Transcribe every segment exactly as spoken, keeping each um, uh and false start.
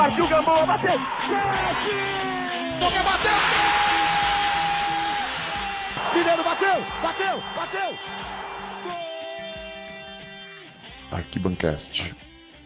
Partiu o Gamboa, bateu! Chute! Boca bateu! Mineiro bateu! Bateu! Bateu! Arquibancast.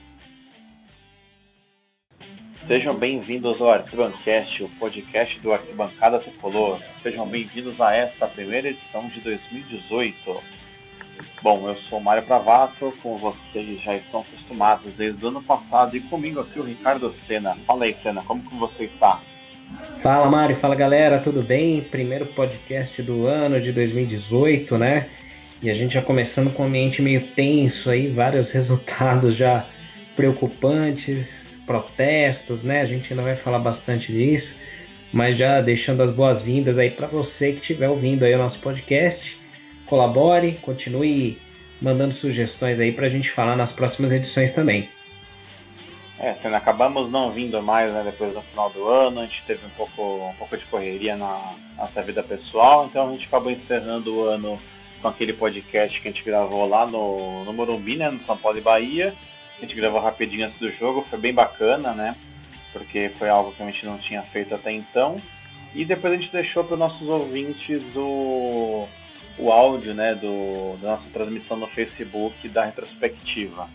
Sejam bem-vindos ao Arquibancast, o podcast do Arquibancada Tricolor. Sejam bem-vindos a esta primeira edição de dois mil e dezoito. Bom, eu sou o Mário Pravato, como vocês já estão acostumados desde o ano passado, e comigo aqui o Ricardo Sena. Fala aí, Sena, como que você está? Fala, Mário, fala galera, tudo bem? Primeiro podcast do ano de dois mil e dezoito, né? E a gente já começando com um ambiente meio tenso aí, vários resultados já preocupantes, protestos, né? A gente ainda vai falar bastante disso, mas já deixando as boas-vindas aí para você que estiver ouvindo aí o nosso podcast. Colabore, continue mandando sugestões aí pra gente falar nas próximas edições também. É, Sena, acabamos não vindo mais, né, depois do final do ano, a gente teve um pouco, um pouco de correria na nossa vida pessoal, então a gente acabou encerrando o ano com aquele podcast que a gente gravou lá no, no Morumbi, né, no São Paulo e Bahia. A gente gravou rapidinho antes do jogo, foi bem bacana, né, porque foi algo que a gente não tinha feito até então. E depois a gente deixou para os nossos ouvintes o, o áudio, né, do, da nossa transmissão no Facebook da retrospectiva.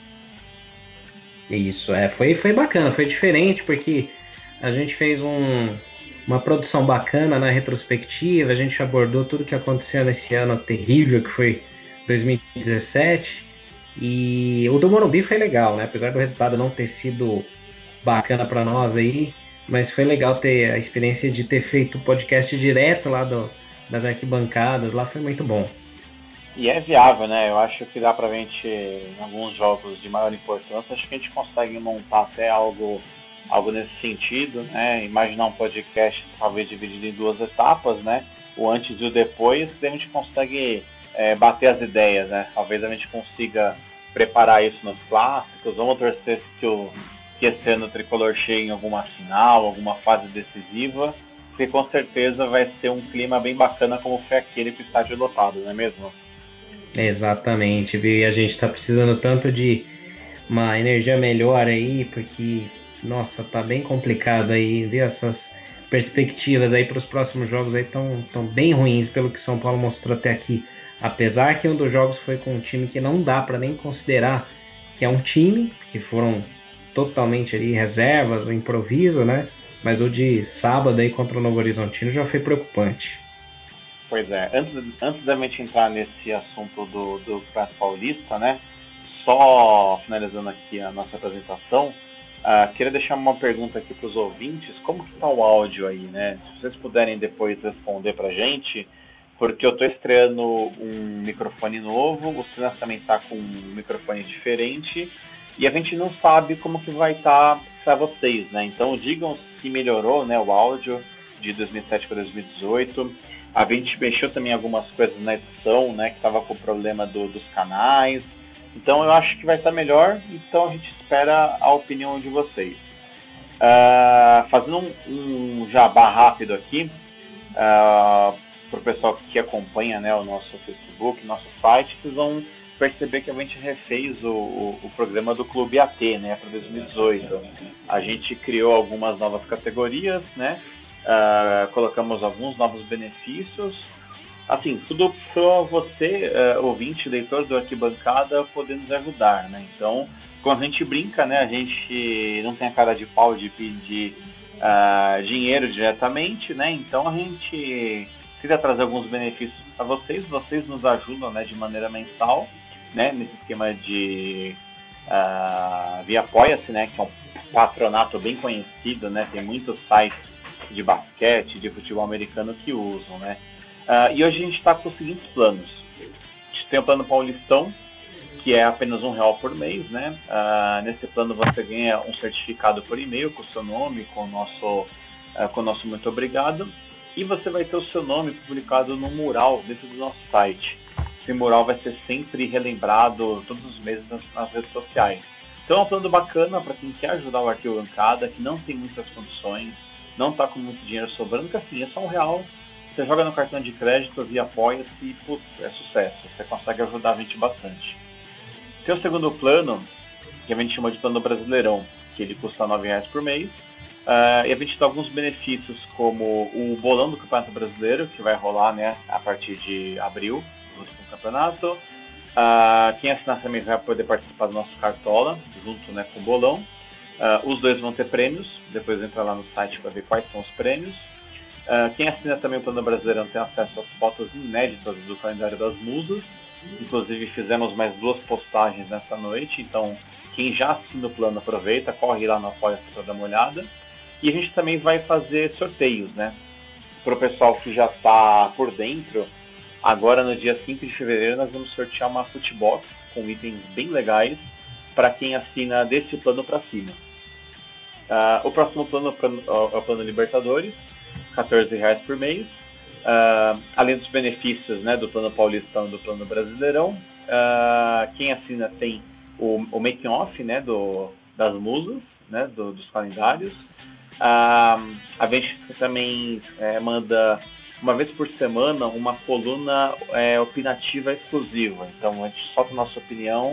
Isso, é, foi, foi bacana, foi diferente, porque a gente fez um, uma produção bacana na retrospectiva, a gente abordou tudo que aconteceu nesse ano terrível, que foi dois mil e dezessete, e o do Morumbi foi legal, né, apesar do resultado não ter sido bacana para nós aí, mas foi legal ter a experiência de ter feito o podcast direto lá do, das arquibancadas, lá foi muito bom. E é viável, né? Eu acho que dá pra gente, em alguns jogos de maior importância, acho que a gente consegue montar até algo, algo nesse sentido, né? Imaginar um podcast talvez dividido em duas etapas, né? O antes e o depois, que a gente consegue é, bater as ideias, né? Talvez a gente consiga preparar isso nos clássicos. Vamos torcer que, o, que esse ano o Tricolor chegue em alguma final, alguma fase decisiva, porque com certeza vai ser um clima bem bacana como foi aquele com o estádio lotado, não é mesmo? Exatamente, viu? E a gente tá precisando tanto de uma energia melhor aí, porque, nossa, tá bem complicado aí, viu? Essas perspectivas aí para os próximos jogos aí estão tão bem ruins pelo que São Paulo mostrou até aqui. Apesar que um dos jogos foi com um time que não dá para nem considerar que é um time, que foram totalmente ali reservas, o improviso, né? Mas o de sábado aí contra o Novo Horizontino já foi preocupante. Pois é, antes, antes da gente entrar nesse assunto do, do Campeonato Paulista, né, só finalizando aqui a nossa apresentação, uh, queria deixar uma pergunta aqui para os ouvintes, como que está o áudio aí, né? Se vocês puderem depois responder para a gente, porque eu estou estreando um microfone novo, o Silas também está com um microfone diferente, e a gente não sabe como que vai estar tá para vocês, né? Então digam se melhorou, né, o áudio de dois mil e sete para dois mil e dezoito. A gente mexeu também algumas coisas na edição, né, que estava com o problema do, dos canais. Então eu acho que vai estar melhor, então a gente espera a opinião de vocês. Uh, fazendo um, um jabá rápido aqui, uh, para o pessoal que acompanha, né, o nosso Facebook, nosso site, vocês vão perceber que a gente refez o, o, o programa do Clube A T, né, para dois mil e dezoito. A gente criou algumas novas categorias, né? Uh, colocamos alguns novos benefícios, assim, tudo para você, uh, ouvinte, leitor do Arquibancada, poder nos ajudar, né? Então, como a gente brinca, né, a gente não tem a cara de pau de pedir uh, dinheiro diretamente, né? Então a gente tenta trazer alguns benefícios para vocês, vocês nos ajudam, né, de maneira mensal, né, nesse esquema de uh, via Apoia-se, né, que é um patronato bem conhecido, né? Tem muitos sites de basquete, de futebol americano que usam, né? Uh, e hoje a gente está com os seguintes planos. A gente tem o plano Paulistão, que é apenas um real por mês, né? Uh, nesse plano você ganha um certificado por e-mail com o seu nome, com o nosso, uh, com o nosso muito obrigado, e você vai ter o seu nome publicado no mural dentro do nosso site. Esse mural vai ser sempre relembrado todos os meses nas, nas redes sociais. Então é um plano bacana para quem quer ajudar o Arquibancada, que não tem muitas condições, não está com muito dinheiro sobrando, que assim, é só um real, você joga no cartão de crédito via Apoia-se e, putz, é sucesso, você consegue ajudar a gente bastante. Tem o segundo plano, que a gente chama de plano Brasileirão, que ele custa nove reais por mês. Uh, e a gente tem alguns benefícios, como o bolão do Campeonato Brasileiro, que vai rolar, né, a partir de abril, junto com o campeonato. Uh, quem assinar também vai poder participar do nosso Cartola, junto, né, com o bolão. Uh, os dois vão ter prêmios, depois entra lá no site para ver quais são os prêmios. Uh, quem assina também o Plano Brasileirão tem acesso às fotos inéditas do calendário das musas. Inclusive fizemos mais duas postagens nessa noite, então quem já assina o plano aproveita, corre lá no Apoia-se para dar uma olhada. E a gente também vai fazer sorteios, né? Para o pessoal que já está por dentro, agora no dia cinco de fevereiro nós vamos sortear uma Footbox com itens bem legais para quem assina desse plano para cima. Uh, o próximo plano é o plano Libertadores, quatorze reais por mês. Uh, além dos benefícios, né, do plano paulistão e do plano brasileirão, uh, quem assina tem o, o making off, né, do, das musas, né, do, dos calendários. Uh, a gente também é, manda uma vez por semana uma coluna é, opinativa exclusiva, então a gente solta a nossa opinião.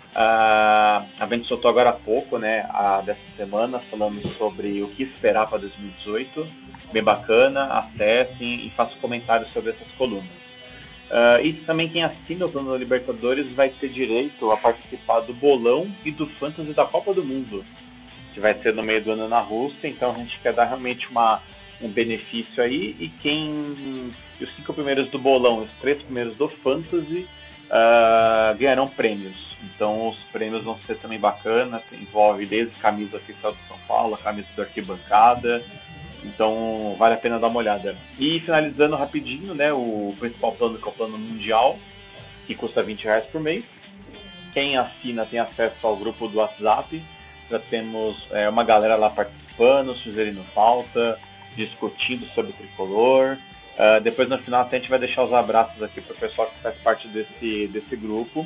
Uh, a gente soltou agora há pouco, né, a, dessa semana, falando sobre o que esperar para dois mil e dezoito. Bem bacana, acessem e façam comentários sobre essas colunas. Uh, e também quem assina o Plano da Libertadores vai ter direito a participar do bolão e do Fantasy da Copa do Mundo, que vai ser no meio do ano na Rússia, então a gente quer dar realmente uma, um benefício aí, e quem os cinco primeiros do bolão e os três primeiros do Fantasy uh, ganharão prêmios. Então os prêmios vão ser também bacanas, envolve desde camisa oficial do São Paulo, a camisa do Arquibancada, então vale a pena dar uma olhada. E finalizando rapidinho, né, o principal plano, que é o plano mundial, que custa vinte reais por mês. Quem assina tem acesso ao grupo do WhatsApp, já temos é, uma galera lá participando, sugerindo pauta, discutindo sobre o tricolor. Uh, depois no final até a gente vai deixar os abraços aqui para o pessoal que faz parte desse, desse grupo.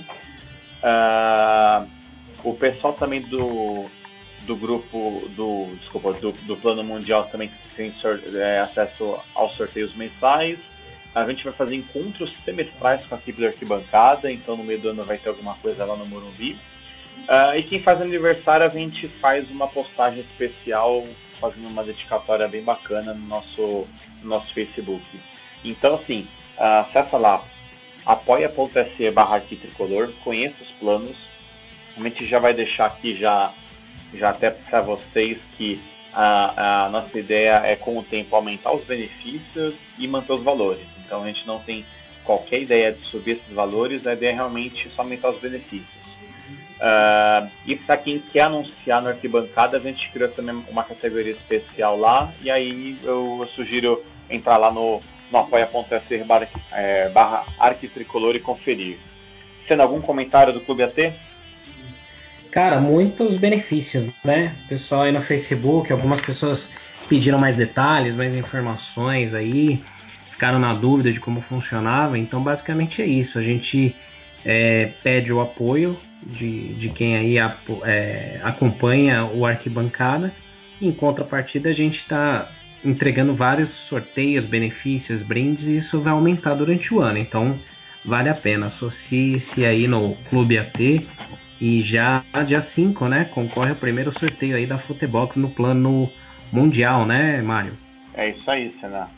Uh, o pessoal também do, do grupo, do, desculpa, do, do plano mundial também tem é, acesso aos sorteios mensais. A gente vai fazer encontros semestrais com a equipe da Arquibancada, então no meio do ano vai ter alguma coisa lá no Morumbi. Uh, e quem faz aniversário, a gente faz uma postagem especial, fazendo uma dedicatória bem bacana no nosso, no nosso Facebook. Então, assim, uh, acessa lá, apoia.se barra arquitricolor, conheça os planos. A gente já vai deixar aqui já, já até para vocês que a, a nossa ideia é, com o tempo, aumentar os benefícios e manter os valores. Então, a gente não tem qualquer ideia de subir esses valores, a ideia é realmente só aumentar os benefícios. Uh, e para quem quer anunciar no Arquibancada, a gente criou também uma categoria especial lá, e aí eu, eu sugiro entrar lá no, no apoia.se barra, é, barra arquitricolor e conferir. Sendo algum comentário do Clube A T? Cara, muitos benefícios, né? Pessoal aí no Facebook, algumas pessoas pediram mais detalhes, mais informações aí, ficaram na dúvida de como funcionava, então basicamente é isso, a gente é, pede o apoio de, de quem aí é, acompanha o Arquibancada, e em contrapartida a gente está entregando vários sorteios, benefícios, brindes, e isso vai aumentar durante o ano, então vale a pena, associe-se aí no Clube A T, e já dia cinco, né, concorre ao primeiro sorteio aí da Futebox no plano mundial, né, Mário? É isso aí, Senna.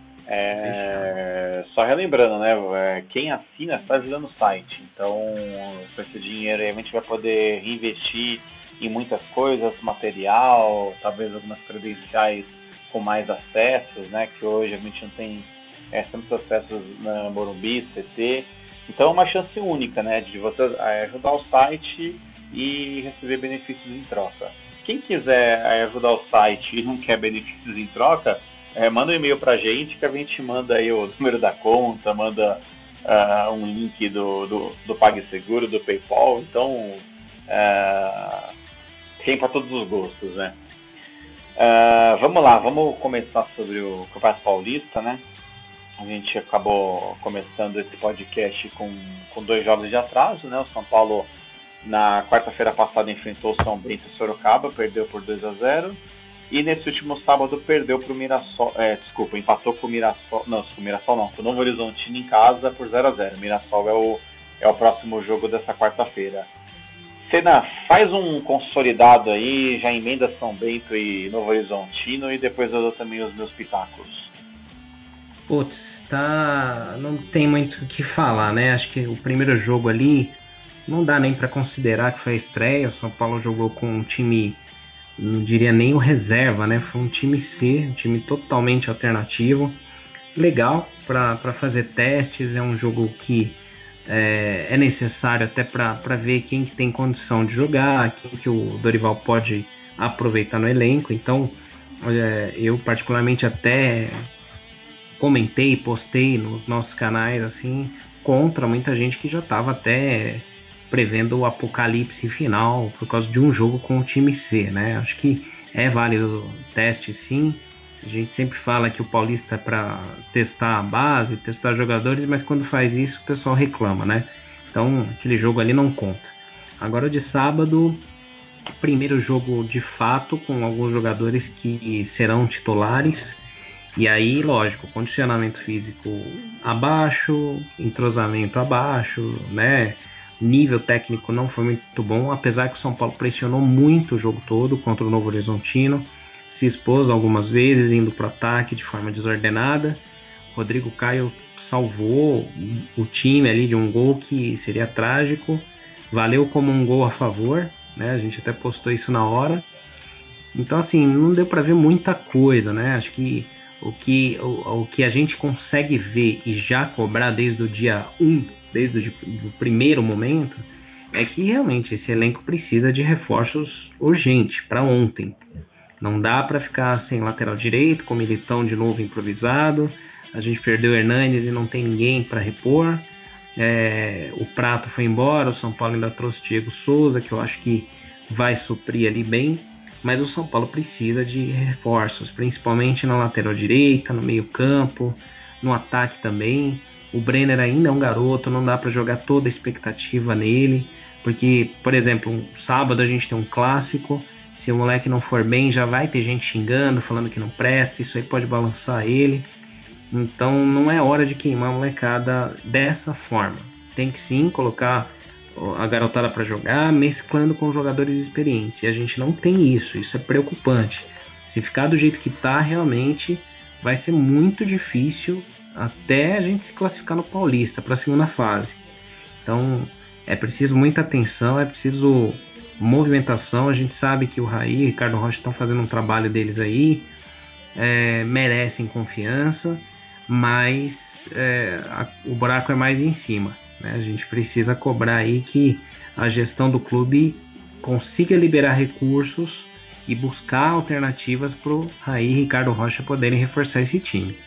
É, só relembrando, né, quem assina está ajudando o site, então com esse dinheiro aí a gente vai poder reinvestir em muitas coisas, material, talvez algumas credenciais com mais acessos, né, que hoje a gente não tem é, tantos acessos na Morumbi, C T, então é uma chance única, né, de você ajudar o site e receber benefícios em troca. Quem quiser ajudar o site e não quer benefícios em troca, É, manda um e-mail pra gente, que a gente manda aí o número da conta, manda uh, um link do, do, do PagSeguro, do PayPal, então uh, tem para todos os gostos, né? Uh, vamos lá, vamos começar sobre o Campeonato Paulista, né? A gente acabou começando esse podcast com, com dois jogos de atraso, né? O São Paulo na quarta-feira passada enfrentou o São Bento e Sorocaba, perdeu por dois a zero. E nesse último sábado perdeu para o Mirassol, é, desculpa, empatou com o Mirassol, não, com o Mirassol não, com o Novo Horizontino em casa por zero a zero. O Mirassol é o, é o próximo jogo dessa quarta-feira. Senna, faz um consolidado aí, já emenda São Bento e Novo Horizontino e depois eu dou também os meus pitacos. Putz, tá. Não tem muito o que falar, né? Acho que o primeiro jogo ali não dá nem para considerar que foi a estreia. O São Paulo jogou com um time, não diria nem o reserva, né? Foi um time C, um time totalmente alternativo. Legal para fazer testes, é um jogo que é, é necessário até para ver quem que tem condição de jogar, quem que o Dorival pode aproveitar no elenco. Então, é, eu particularmente até comentei, postei nos nossos canais assim, contra muita gente que já estava até prevendo o apocalipse final por causa de um jogo com o time C, né? Acho que é válido o teste, sim. A gente sempre fala que o Paulista é para testar a base, testar jogadores, mas quando faz isso o pessoal reclama, né? Então aquele jogo ali não conta. Agora de sábado, primeiro jogo de fato com alguns jogadores que serão titulares. E aí, lógico, condicionamento físico abaixo, entrosamento abaixo, né? Nível técnico não foi muito bom, apesar que o São Paulo pressionou muito o jogo todo contra o Novo Horizontino, se expôs algumas vezes, indo para o ataque de forma desordenada. Rodrigo Caio salvou o time ali de um gol que seria trágico, valeu como um gol a favor, né? A gente até postou isso na hora. Então, assim, não deu para ver muita coisa, né? Acho que o que, o, o que a gente consegue ver e já cobrar desde o dia um, desde o primeiro momento, é que realmente esse elenco precisa de reforços urgentes para ontem. Não dá para ficar sem lateral direito, com o Militão de novo improvisado. A gente perdeu o Hernanes e não tem ninguém para repor. É, o Prato foi embora, o São Paulo ainda trouxe Diego Souza, que eu acho que vai suprir ali bem. Mas o São Paulo precisa de reforços, principalmente na lateral direita, no meio campo, no ataque também. O Brenner ainda é um garoto, não dá para jogar toda a expectativa nele, porque, por exemplo, um sábado a gente tem um clássico, se o moleque não for bem, já vai ter gente xingando, falando que não presta, isso aí pode balançar ele. Então não é hora de queimar a molecada dessa forma. Tem que sim colocar a garotada para jogar, mesclando com jogadores experientes. E a gente não tem isso, isso é preocupante. Se ficar do jeito que está, realmente vai ser muito difícil até a gente se classificar no Paulista para a segunda fase. Então é preciso muita atenção, é preciso movimentação. A gente sabe que o Raí e o Ricardo Rocha estão fazendo um trabalho deles aí, é, merecem confiança, mas é, a, o buraco é mais em cima. A gente precisa cobrar aí que a gestão do clube consiga liberar recursos e buscar alternativas para o Raí e Ricardo Rocha poderem reforçar esse time.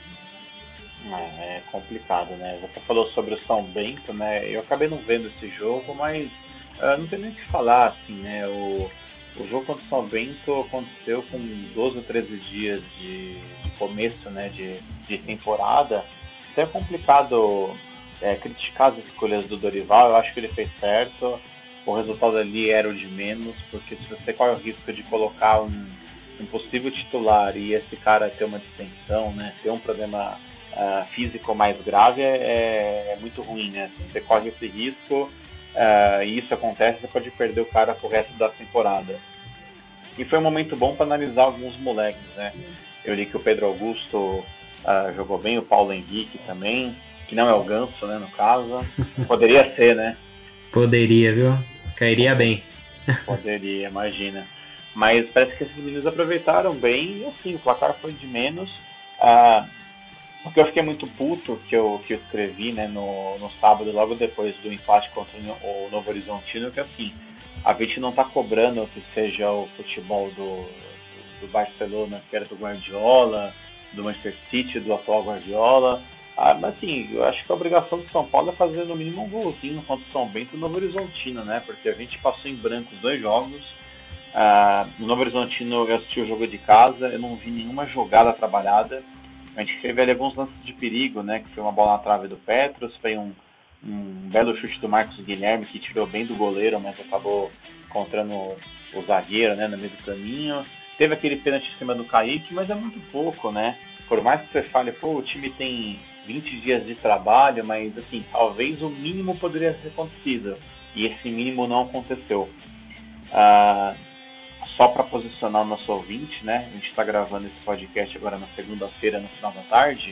É, é complicado, né? Você falou sobre o São Bento, né? Eu acabei não vendo esse jogo, mas uh, não tem nem o que falar, assim, né? O, o jogo contra o São Bento aconteceu com doze ou treze dias de, de começo, né? De, de temporada. Então é complicado é, criticar as escolhas do Dorival. Eu acho que ele fez certo. O resultado ali era o de menos, porque se você corre o risco de colocar um, um possível titular e esse cara ter uma distensão, né? Ter um problema Uh, físico mais grave é, é muito ruim, né? Se você corre esse risco uh, e isso acontece, você pode perder o cara pro resto da temporada. E foi um momento bom para analisar alguns moleques, né? Eu li que o Pedro Augusto uh, jogou bem, o Paulo Henrique também, que não é o Ganso, né, no caso. Poderia ser, né? Poderia, viu? Cairia bem. Poderia, imagina. Mas parece que esses meninos aproveitaram bem e assim, o placar foi de menos. Uh, O que eu fiquei muito puto, que eu, que eu escrevi, né, no, no sábado, logo depois do empate contra o Novo Horizontino, que assim, a gente não está cobrando que seja o futebol do, do Barcelona, que era do Guardiola, do Manchester City, do atual Guardiola. Ah, mas assim, eu acho que a obrigação do São Paulo é fazer no mínimo um golzinho contra o São Bento e o Novo Horizontino, né? Porque a gente passou em branco os dois jogos. Ah, no Novo Horizontino eu assisti o jogo de casa, eu não vi nenhuma jogada trabalhada. A gente teve ali alguns lances de perigo, né? Que foi uma bola na trave do Petros, foi um, um belo chute do Marcos Guilherme que tirou bem do goleiro, mas acabou encontrando o, o zagueiro, né, no meio do caminho. Teve aquele pênalti em cima do Kaique, mas é muito pouco, né? Por mais que você fale, pô, o time tem vinte dias de trabalho, mas assim, talvez o mínimo poderia ter acontecido. E esse mínimo não aconteceu. Uh, só para posicionar o nosso ouvinte, né? A gente está gravando esse podcast agora na segunda-feira, no final da tarde.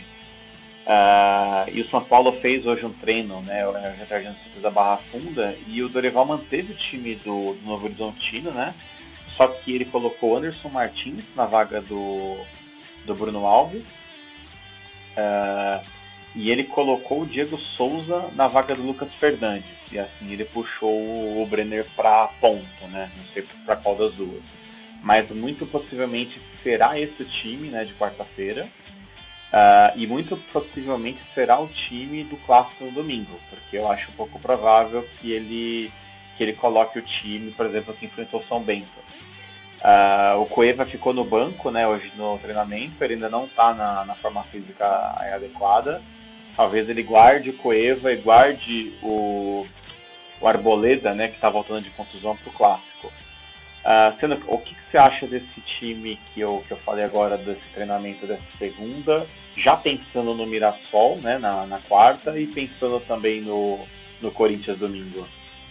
Uh, e o São Paulo fez hoje um treino, né? O Retardante fez a Barra Funda e o Dorival manteve o time do, do Novo Horizontino, né? Só que ele colocou Anderson Martins na vaga do, do Bruno Alves. Uh, e ele colocou o Diego Souza na vaga do Lucas Fernandes. E assim ele puxou o Brenner para ponta, né? Não sei para qual das duas. Mas muito possivelmente será esse o time, né, de quarta-feira. Uh, e muito possivelmente será o time do clássico no domingo. Porque eu acho um pouco provável que ele, que ele coloque o time, por exemplo, que enfrentou o São Bento. Uh, o Cueva ficou no banco, né, hoje no treinamento. Ele ainda não está na, na forma física adequada. Talvez ele guarde o Cueva e guarde o, o Arboleda, né, que está voltando de contusão para o clássico. Uh, sendo, o que, que você acha desse time que eu, que eu falei agora, desse treinamento dessa segunda, já pensando no Mirassol, né, na, na quarta, e pensando também no, no Corinthians domingo?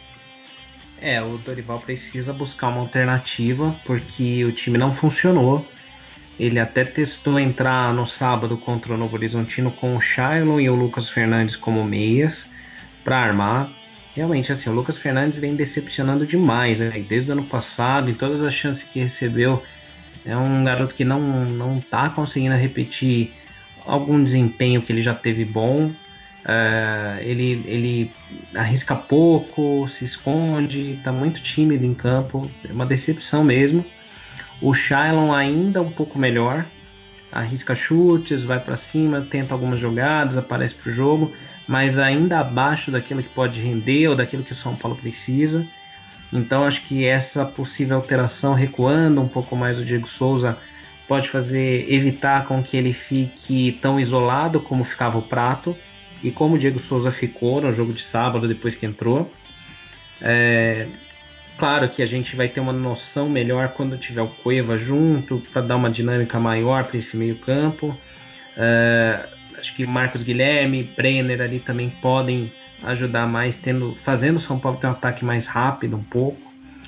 É, o Dorival precisa buscar uma alternativa, porque o time não funcionou. Ele até testou entrar no sábado contra o Novo Horizontino com o Shailon e o Lucas Fernandes como meias para armar. Realmente, assim, o Lucas Fernandes vem decepcionando demais, né? Desde o ano passado, em todas as chances que recebeu, é um garoto que não, não tá conseguindo repetir algum desempenho que ele já teve bom. Uh, ele, ele arrisca pouco, se esconde, tá muito tímido em campo, é uma decepção mesmo. O Shailon ainda um pouco melhor, arrisca chutes, vai para cima, tenta algumas jogadas, aparece pro jogo, mas ainda abaixo daquilo que pode render ou daquilo que o São Paulo precisa. Então acho que essa possível alteração, recuando um pouco mais o Diego Souza, pode fazer evitar com que ele fique tão isolado como ficava o Prato e como o Diego Souza ficou no jogo de sábado depois que entrou. É... Claro que a gente vai ter uma noção melhor quando tiver o Cueva junto, para dar uma dinâmica maior para esse meio campo. Uh, acho que Marcos Guilherme, Brenner ali também podem ajudar mais, tendo, fazendo o São Paulo ter um ataque mais rápido um pouco.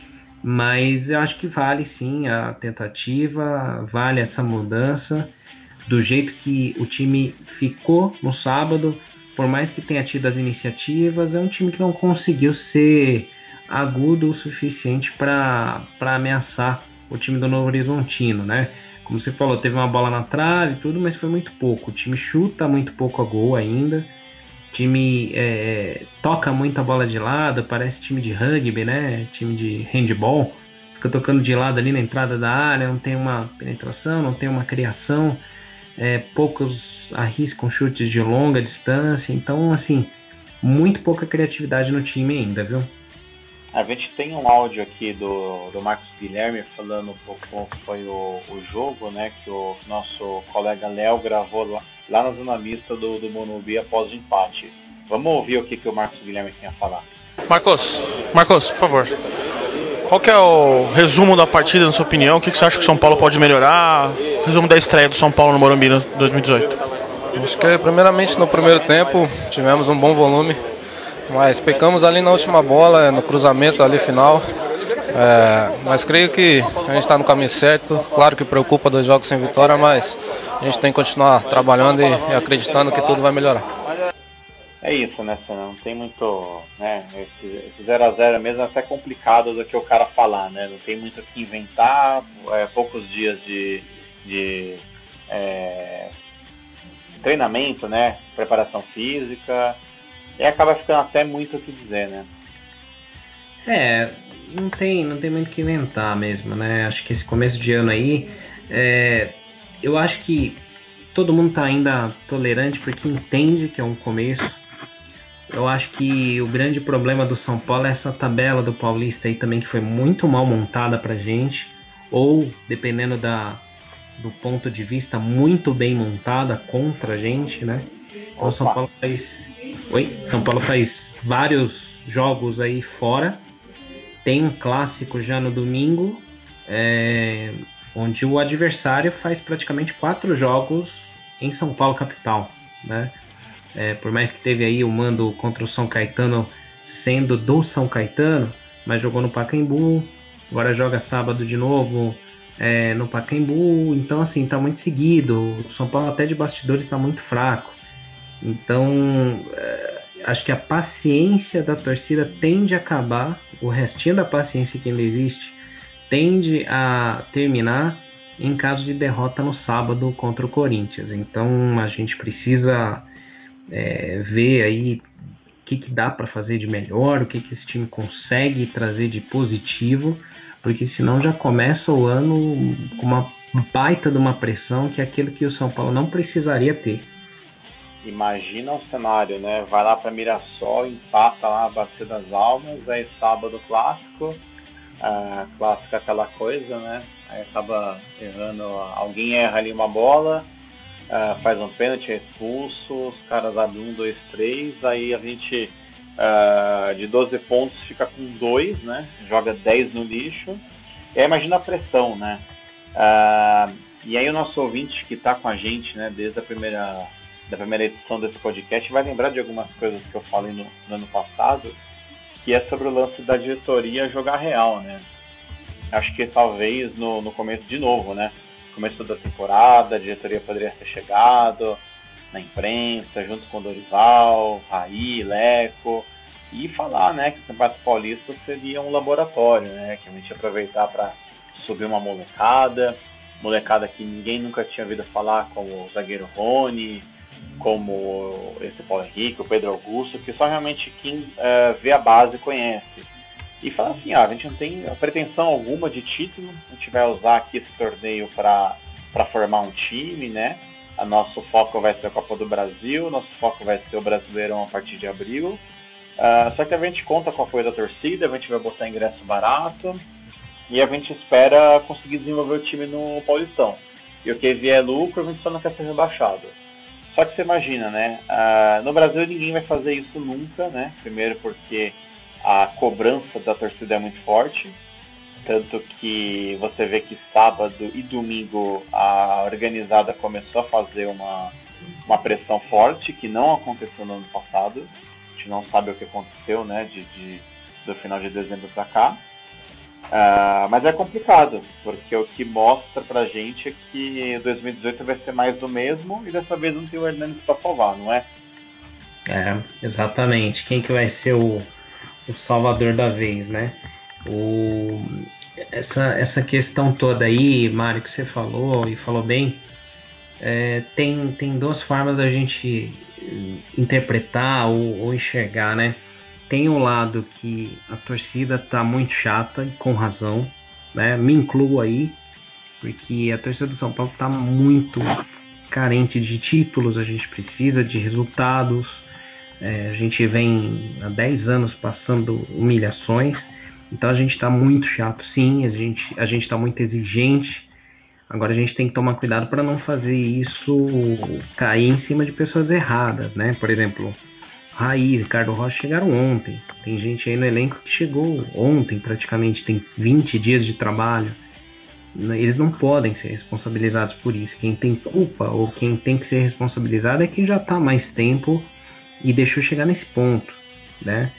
Mas eu acho que vale sim a tentativa, vale essa mudança. Do jeito que o time ficou no sábado, por mais que tenha tido as iniciativas, é um time que não conseguiu ser agudo o suficiente para ameaçar o time do Novo Horizontino, né? Como você falou, teve uma bola na trave e tudo, mas foi muito pouco. O time chuta muito pouco a gol ainda. O time é, toca muito a bola de lado, parece time de rugby, né? Time de handball. Fica tocando de lado ali na entrada da área, não tem uma penetração, não tem uma criação. É, poucos arriscam chutes de longa distância. Então, assim, muito pouca criatividade no time ainda, viu? A gente tem um áudio aqui do, do Marcos Guilherme falando um pouco como foi o, o jogo, né? Que o nosso colega Léo gravou lá, lá na zona mista do, do Morumbi após o empate. Vamos ouvir o que, que o Marcos Guilherme tem a falar. Marcos, Marcos, por favor. Qual que é o resumo da partida, na sua opinião? O que, que você acha que o São Paulo pode melhorar? Resumo da estreia do São Paulo no Morumbi em dois mil e dezoito. Acho que, primeiramente, no primeiro tempo, tivemos um bom volume. Mas pecamos ali na última bola, no cruzamento ali final. É, mas creio que a gente está no caminho certo. Claro que preocupa dois jogos sem vitória, mas a gente tem que continuar trabalhando e, e acreditando que tudo vai melhorar. É isso, né, Senna? Não tem muito, né, esse zero a zero mesmo é até complicado do que o cara falar, né? Não tem muito o que inventar, é, poucos dias de, de é, treinamento, né? Preparação física. E acaba ficando até muito o que dizer, né? É, não tem, não tem muito o que inventar mesmo, né? Acho que esse começo de ano aí, é, eu acho que todo mundo tá ainda tolerante porque entende que é um começo. Eu acho que o grande problema do São Paulo é essa tabela do Paulista aí também, que foi muito mal montada pra gente, ou, dependendo da, do ponto de vista, muito bem montada contra a gente, né? Então São Paulo faz... Oi? São Paulo faz vários jogos aí fora. Tem um clássico já no domingo, é, onde o adversário faz praticamente quatro jogos em São Paulo capital, né? É, por mais que teve aí o mando contra o São Caetano sendo do São Caetano, mas jogou no Pacaembu. agora joga sábado de novo é, no Pacaembu, então assim, tá muito seguido, o São Paulo até de bastidores tá muito fraco, então é, acho que a paciência da torcida tende a acabar, o restinho da paciência que ainda existe tende a terminar em caso de derrota no sábado contra o Corinthians. Então a gente precisa é, ver aí o que, que dá para fazer de melhor, o que, que esse time consegue trazer de positivo, porque senão já começa o ano com uma baita de uma pressão que é aquilo que o São Paulo não precisaria ter. Imagina um cenário, né? Vai lá para Mirassol, empata lá a Bacia das Almas, aí sábado clássico, a clássica aquela coisa, né? Aí acaba errando, alguém erra ali uma bola, uh, faz um pênalti, é expulso, os caras abrem um, dois, três, aí a gente uh, de doze pontos fica com dois, né? Joga dez no lixo. E aí imagina a pressão, né? Uh, e aí o nosso ouvinte que está com a gente, né, desde a primeira, da primeira edição desse podcast vai lembrar de algumas coisas que eu falei no, no ano passado, que é sobre o lance da diretoria jogar real, né? Acho que talvez no, no começo de novo, né? Começo da temporada, a diretoria poderia ter chegado na imprensa, junto com o Dorival, Raí, Leco, e falar, né, que o Campeonato Paulista seria um laboratório, né? Que a gente ia aproveitar para subir uma molecada, molecada que ninguém nunca tinha ouvido falar, como o zagueiro Rony, como esse Paulo Henrique, o Pedro Augusto, que só realmente quem uh, vê a base conhece. E falar assim, ah, a gente não tem pretensão alguma de título, a gente vai usar aqui esse torneio para formar um time, né? O nosso foco vai ser a Copa do Brasil, nosso foco vai ser o Brasileirão a partir de abril. Uh, só que a gente conta com o apoio da torcida, a gente vai botar ingresso barato e a gente espera conseguir desenvolver o time no Paulistão. E o que vier lucro, a gente só não quer ser rebaixado. Só que você imagina, né? Uh, no Brasil ninguém vai fazer isso nunca, né? Primeiro porque a cobrança da torcida é muito forte, tanto que você vê que sábado e domingo a organizada começou a fazer uma, uma pressão forte, que não aconteceu no ano passado. A gente não sabe o que aconteceu, né? De, de, do final de dezembro para cá. Uh, mas é complicado, porque o que mostra pra gente é que dois mil e dezoito vai ser mais do mesmo e dessa vez não tem o Hernandes pra salvar, não é? É, exatamente. Quem que vai ser o, o salvador da vez, né? O, essa, essa questão toda aí, Mário, que você falou e falou bem, é, tem, tem duas formas da gente interpretar ou, ou enxergar, né? Tem um lado que a torcida tá muito chata, e com razão, né? Me incluo aí, porque a torcida do São Paulo tá muito carente de títulos, a gente precisa de resultados, é, a gente vem há dez anos passando humilhações, então a gente tá muito chato sim, a gente, a gente tá muito exigente, agora a gente tem que tomar cuidado para não fazer isso cair em cima de pessoas erradas, né? Por exemplo, Raí, Ricardo Rocha chegaram ontem. Tem gente aí no elenco que chegou ontem, praticamente tem vinte dias de trabalho. Eles não podem ser responsabilizados por isso. Quem tem culpa ou quem tem que ser responsabilizado é quem já está há mais tempo e deixou chegar nesse ponto, né?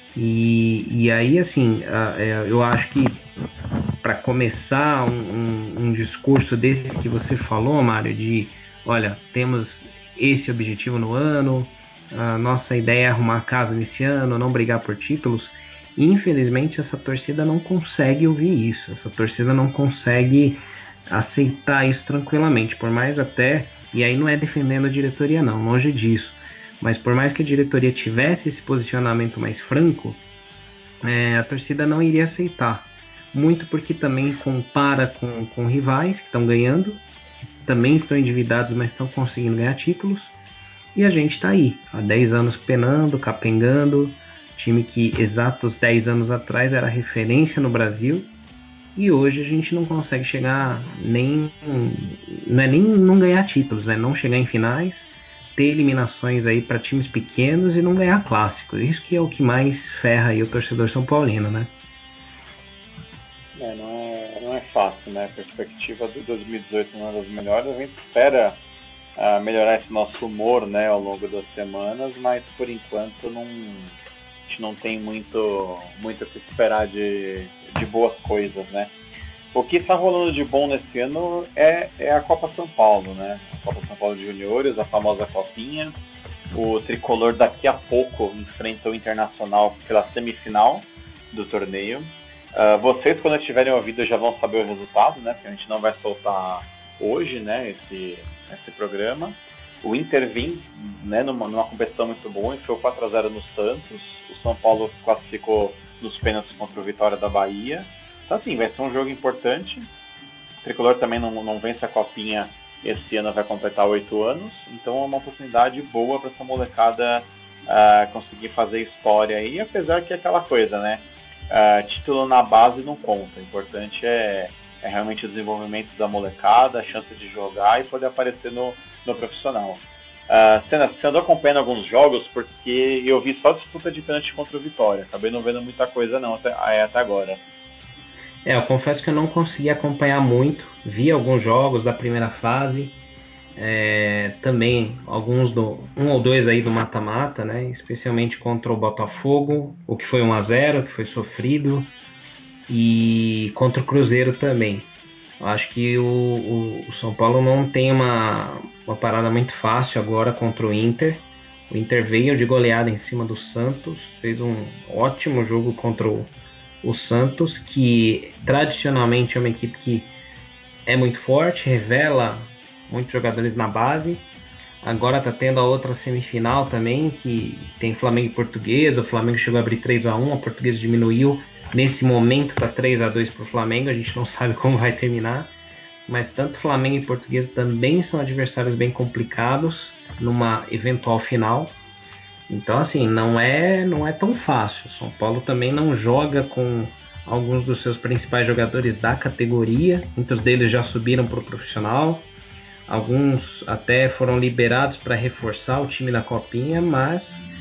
E, e aí, assim, eu acho que para começar um, um, um discurso desse que você falou, Mário, de, olha, temos esse objetivo no ano, a nossa ideia é arrumar casa nesse ano, não brigar por títulos. Infelizmente essa torcida não consegue ouvir isso, essa torcida não consegue aceitar isso tranquilamente, por mais até, e aí não é defendendo a diretoria não, longe disso, mas por mais que a diretoria tivesse esse posicionamento mais franco, é, a torcida não iria aceitar, muito porque também compara com, com rivais que estão ganhando, que também estão endividados, mas estão conseguindo ganhar títulos. E a gente tá aí, há dez anos penando, capengando, time que exatos dez anos atrás era referência no Brasil, e hoje a gente não consegue chegar nem, não é nem não ganhar títulos, né? Não chegar em finais, ter eliminações aí para times pequenos e não ganhar clássicos. Isso que é o que mais ferra aí o torcedor são paulino, né? É, não é, não é fácil, né? A perspectiva de dois mil e dezoito não é das melhores, a gente espera Uh, melhorar esse nosso humor, né, ao longo das semanas, mas por enquanto não, a gente não tem muito, muito o que esperar de, de boas coisas, né? O que está rolando de bom nesse ano é, é a Copa São Paulo, né? A Copa São Paulo de Juniores, a famosa Copinha. O Tricolor daqui a pouco enfrenta o Internacional pela semifinal do torneio. Uh, vocês, quando tiverem ouvido, já vão saber o resultado, né? Porque a gente não vai soltar hoje, né? Esse, esse programa. O Inter vem, né, numa, numa competição muito boa, enfiou quatro a zero no Santos. O São Paulo classificou nos pênaltis contra o Vitória da Bahia. Então, assim, vai ser um jogo importante. O Tricolor também não, não vence a Copinha esse ano, vai completar oito anos. Então, é uma oportunidade boa para essa molecada uh, conseguir fazer história aí. Apesar que é aquela coisa, né? Uh, título na base não conta. O importante é, é realmente o desenvolvimento da molecada, a chance de jogar e poder aparecer no, no profissional. Uh, Senna, você andou acompanhando alguns jogos? Porque eu vi só disputa de pênalti contra o Vitória. Acabei não vendo muita coisa não até, até agora. É, eu confesso que eu não consegui acompanhar muito. Vi alguns jogos da primeira fase, é, também alguns do um ou dois aí do mata-mata, né? Especialmente contra o Botafogo, o que foi um a zero, que foi sofrido, e contra o Cruzeiro também. Eu acho que o, o, o São Paulo não tem uma, uma parada muito fácil agora contra o Inter. O Inter veio de goleada em cima do Santos, fez um ótimo jogo contra o o Santos, que tradicionalmente é uma equipe que é muito forte, revela muitos jogadores na base. Agora está tendo a outra semifinal também, que tem Flamengo e Portuguesa. O Flamengo chegou a abrir três a um, a Portuguesa diminuiu. Nesse momento está três a dois para o Flamengo, a gente não sabe como vai terminar. Mas tanto Flamengo e Portuguesa também são adversários bem complicados numa eventual final. Então, assim, não é, não é tão fácil. São Paulo também não joga com alguns dos seus principais jogadores da categoria. Muitos deles já subiram para o profissional. Alguns até foram liberados para reforçar o time na Copinha, mas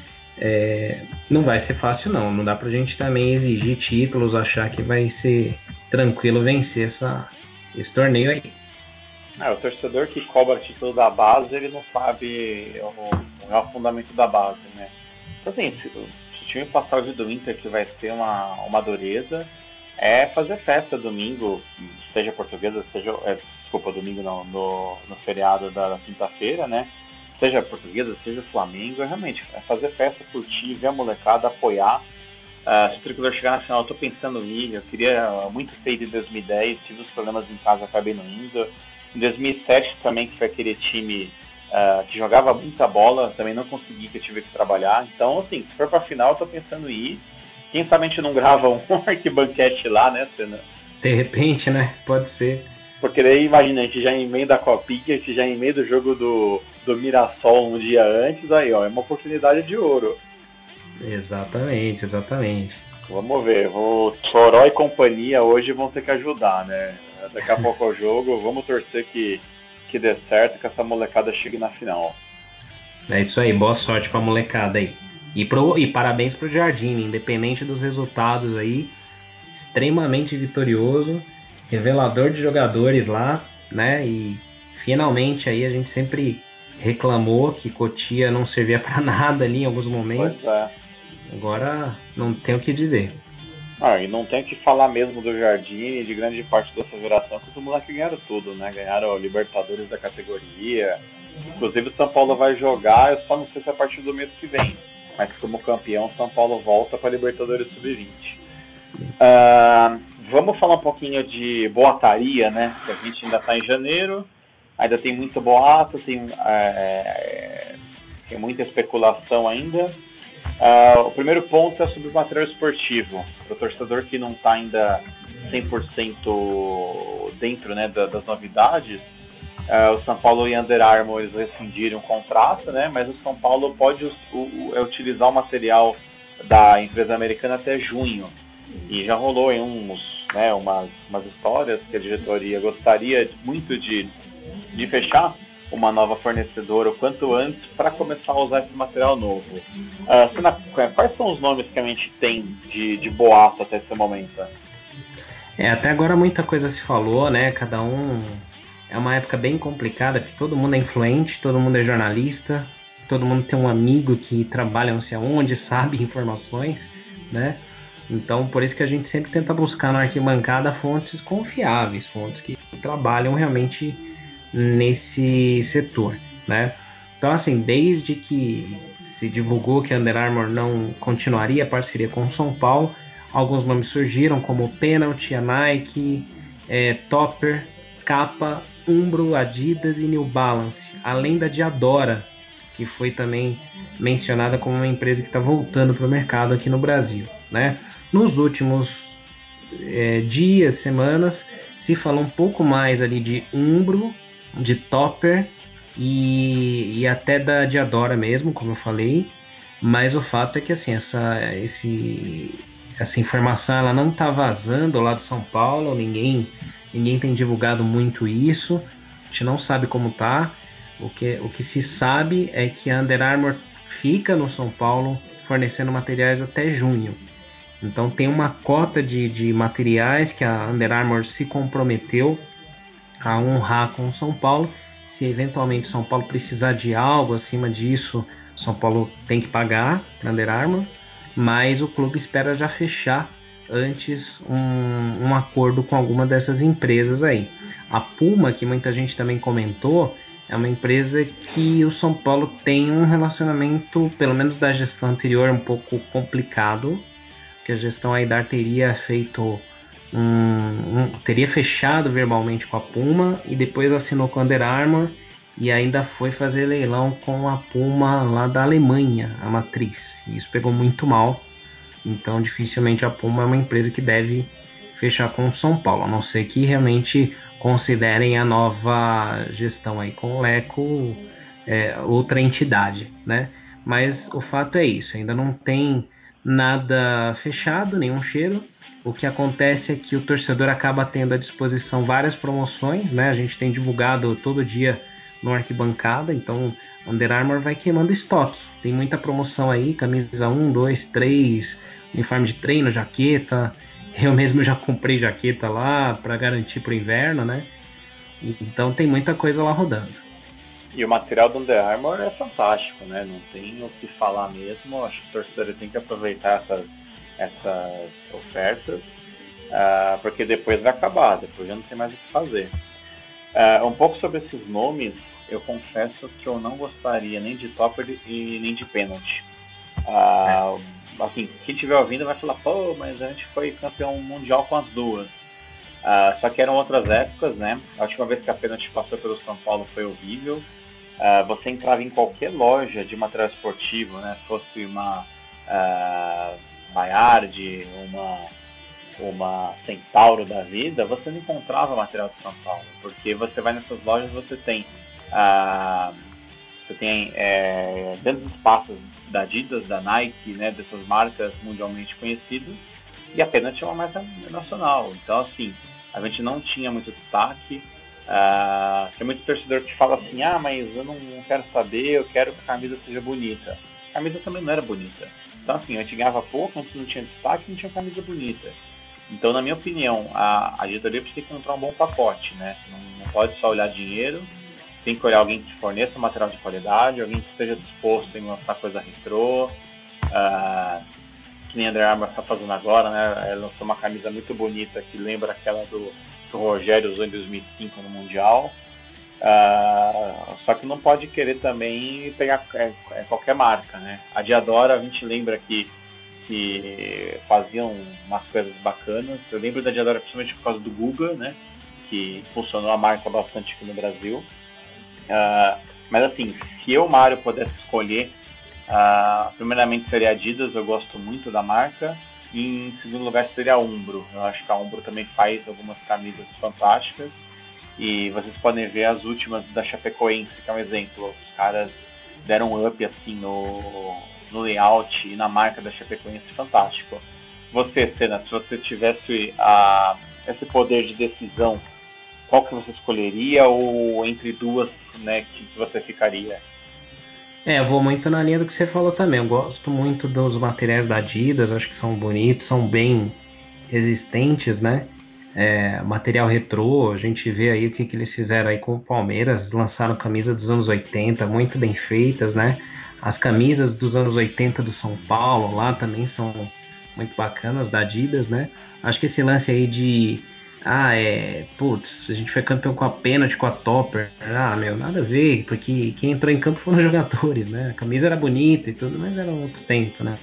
é, não vai ser fácil não. Não dá pra gente também exigir títulos, achar que vai ser tranquilo vencer essa, esse torneio aí. É, o torcedor que cobra título da base, ele não sabe o, o fundamento da base, né? Então, assim, se, se o time passar o do Inter, que vai ser uma, uma dureza, é fazer festa domingo, seja Portuguesa, seja, é, desculpa, domingo não, no, no feriado da quinta-feira, né? Seja Portuguesa, seja Flamengo, é realmente é fazer festa, curtir, ver a molecada, apoiar. Uh, se o Tricolor chegar na final, eu tô pensando em ir, eu queria muito ter ido em dois mil e dez, tive os problemas em casa, acabei não indo. Em dois mil e sete também, que foi aquele time uh, que jogava muita bola, também não consegui, que eu tive que trabalhar. Então, assim, se for pra final, eu tô pensando em ir. Quem sabe a gente não grava um arquibanquete lá, né, Senna? De repente, né? Pode ser. Porque daí, imagina, a gente já emenda a Copinha, a gente já emenda o jogo do, do Mirassol um dia antes, aí, ó, é uma oportunidade de ouro. Exatamente, exatamente. Vamos ver, o Toró e companhia hoje vão ter que ajudar, né? Daqui a pouco é o jogo, vamos torcer que, que dê certo, que essa molecada chegue na final. É isso aí, boa sorte pra molecada aí. E, pro, e parabéns pro Jardim, independente dos resultados aí, extremamente vitorioso, revelador de jogadores lá, né? E finalmente aí a gente sempre reclamou que Cotia não servia pra nada ali em alguns momentos. Pois é. Agora não tem o que dizer. Ah, e não tem o que falar mesmo do Jardim e de grande parte dessa geração, porque os moleques ganharam tudo, né? Ganharam Libertadores da categoria. Inclusive o São Paulo vai jogar, eu só não sei se é a partir do mês que vem. Mas como campeão, São Paulo volta para Libertadores sub vinte. Uh, vamos falar um pouquinho de boataria, né? Que a gente ainda está em janeiro, ainda tem muito boato, tem, é, tem muita especulação ainda. Uh, o primeiro ponto é sobre o material esportivo. Para o torcedor que não está ainda cem por cento dentro, né, da, das novidades, uh, o São Paulo e Under Armour eles rescindiram o contrato, né, mas o São Paulo pode o, o, utilizar o material da empresa americana até junho. E já rolou em uns, né, umas, umas histórias que a diretoria gostaria muito de, de fechar uma nova fornecedora o quanto antes para começar a usar esse material novo. Uh, Sena, quais são os nomes que a gente tem de, de boato até esse momento? É, até agora muita coisa se falou, né? Cada um... É uma época bem complicada, porque todo mundo é influente, todo mundo é jornalista, todo mundo tem um amigo que trabalha não sei aonde, sabe informações, né? Então, por isso que a gente sempre tenta buscar na arquibancada fontes confiáveis, fontes que trabalham realmente nesse setor, né? Então, assim, desde que se divulgou que a Under Armour não continuaria a parceria com o São Paulo, alguns nomes surgiram, como Penalty, a Nike, é, Topper, Kappa, Umbro, Adidas e New Balance, além da Diadora, que foi também mencionada como uma empresa que está voltando para o mercado aqui no Brasil, né? Nos últimos é, dias, semanas, se falou um pouco mais ali de Umbro, de Topper e, e até da Diadora mesmo, como eu falei, mas o fato é que assim, essa, esse, essa informação ela não está vazando lá do São Paulo, ninguém, ninguém tem divulgado muito isso, a gente não sabe como tá. O que, o que se sabe é que a Under Armour fica no São Paulo fornecendo materiais até junho. Então tem uma cota de, de materiais que a Under Armour se comprometeu a honrar com o São Paulo. Se eventualmente São Paulo precisar de algo acima disso, São Paulo tem que pagar para a Under Armour, mas o clube espera já fechar antes um, um acordo com alguma dessas empresas aí. A Puma, que muita gente também comentou, é uma empresa que o São Paulo tem um relacionamento, pelo menos da gestão anterior, um pouco complicado, que a gestão Aidar teria feito um, um, teria fechado verbalmente com a Puma e depois assinou com a Under Armour e ainda foi fazer leilão com a Puma lá da Alemanha, a matriz. E isso pegou muito mal, então dificilmente a Puma é uma empresa que deve fechar com o São Paulo, a não ser que realmente considerem a nova gestão aí com o Leco é, outra entidade, né? Mas o fato é isso, ainda não tem nada fechado, nenhum cheiro. O que acontece é que o torcedor acaba tendo à disposição várias promoções, né? A gente tem divulgado todo dia no Arquibancada, então Under Armour vai queimando estoque. Tem muita promoção aí, camisa um, dois, três, uniforme de treino, jaqueta. Eu mesmo já comprei jaqueta lá para garantir pro inverno, né? Então tem muita coisa lá rodando. E o material do Under Armour é fantástico, né? Não tem o que falar mesmo. Acho que o torcedor tem que aproveitar essas, essas ofertas, uh, porque depois vai acabar, depois já não tem mais o que fazer. Uh, um pouco sobre esses nomes, eu confesso que eu não gostaria nem de Topper e nem de Penalty. Uh, assim, quem estiver ouvindo vai falar, pô, mas a gente foi campeão mundial com as duas. Uh, só que eram outras épocas, né? A última vez que a Penalty passou pelo São Paulo foi horrível. Uh, você entrava em qualquer loja de material esportivo, né? Fosse uma uh, Bayard, uma, uma Centauro da vida, você não encontrava material de São Paulo, porque você vai nessas lojas, você tem uh, você tem é, dentro dos espaços da Adidas, da Nike, né? Dessas marcas mundialmente conhecidas, e a Penalty é uma marca nacional. Então, assim, a gente não tinha muito destaque. Uh, tem muito torcedor que fala assim, ah, mas eu não quero saber, eu quero que a camisa seja bonita. A camisa também não era bonita. Então, assim, a gente ganhava pouco, a gente não tinha destaque, não tinha camisa bonita. Então, na minha opinião, a, a diretoria precisa comprar um bom pacote, né? Não, não pode só olhar dinheiro, tem que olhar alguém que forneça material de qualidade, alguém que esteja disposto em lançar coisa retrô, uh, que nem a Under Armour está fazendo agora, né? Ela lançou uma camisa muito bonita que lembra aquela do que o Rogério usou em dois mil e cinco no Mundial. Uh, só que não pode querer também pegar é, é qualquer marca, né? A Diadora, a gente lembra que, que faziam umas coisas bacanas. Eu lembro da Diadora principalmente por causa do Guga, né? Que funcionou a marca bastante aqui no Brasil. Uh, mas assim, se eu, Mário, pudesse escolher, uh, primeiramente seria Adidas, eu gosto muito da marca. E em segundo lugar seria a Umbro. Eu acho que a Umbro também faz algumas camisas fantásticas. E vocês podem ver as últimas da Chapecoense, que é um exemplo. Os caras deram um up assim no, no layout e na marca da Chapecoense, fantástico. Você, Senna, se você tivesse a, esse poder de decisão, qual que você escolheria ou entre duas, né, que você ficaria? É, eu vou muito na linha do que você falou também. Eu gosto muito dos materiais da Adidas, acho que são bonitos, são bem resistentes, né? é, material retrô, a gente vê aí o que, que eles fizeram aí com o Palmeiras, lançaram camisas dos anos oitenta, muito bem feitas, né? As camisas dos anos oitenta do São Paulo lá também são muito bacanas, da Adidas, né? Acho que esse lance aí de ah, é, putz, a gente foi campeão com a pênalti, com a Topper, ah, meu, nada a ver, porque quem entrou em campo foram os jogadores, né? A camisa era bonita e tudo, mas era um outro tempo, né?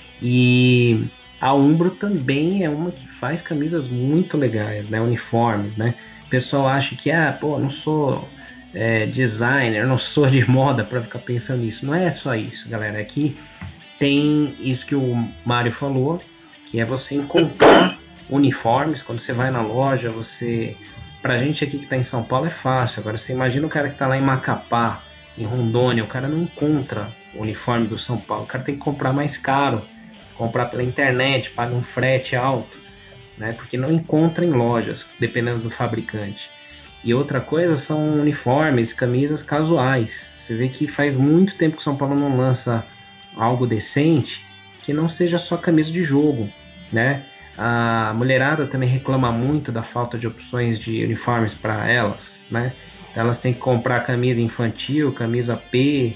E a Umbro também é uma que faz camisas muito legais, né? Uniformes, né? O pessoal acha que, ah, pô, não sou é, designer, não sou de moda para ficar pensando nisso. Não é só isso, galera. Aqui tem isso que o Mário falou, que é você encontrar uniformes. Quando você vai na loja, você... Pra gente aqui que tá em São Paulo é fácil. Agora você imagina o cara que tá lá em Macapá, em Rondônia, o cara não encontra o uniforme do São Paulo. O cara tem que comprar mais caro, comprar pela internet, paga um frete alto, né? Porque não encontra em lojas, dependendo do fabricante. E outra coisa são uniformes, camisas casuais. Você vê que faz muito tempo que São Paulo não lança algo decente que não seja só camisa de jogo, né? A mulherada também reclama muito da falta de opções de uniformes para elas, né? Elas têm que comprar camisa infantil, camisa P,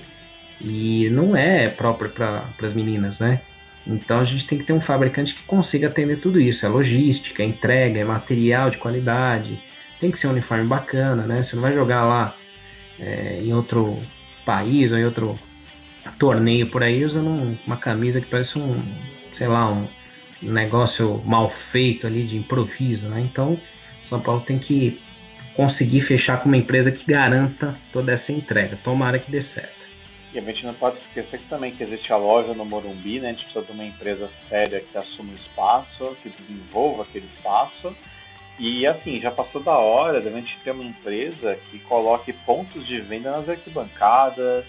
e não é próprio para as meninas, né? Então a gente tem que ter um fabricante que consiga atender tudo isso. É logística, é entrega, é material de qualidade. Tem que ser um uniforme bacana, né? Você não vai jogar lá é, em outro país ou em outro torneio por aí usando uma camisa que parece um, sei lá, um negócio mal feito ali de improviso, né? Então São Paulo tem que conseguir fechar com uma empresa que garanta toda essa entrega. Tomara que dê certo. E a gente não pode esquecer que também que existe a loja no Morumbi, né? A gente precisa de uma empresa séria que assuma o espaço, que desenvolva aquele espaço. E assim, já passou da hora de a gente ter uma empresa que coloque pontos de venda nas arquibancadas,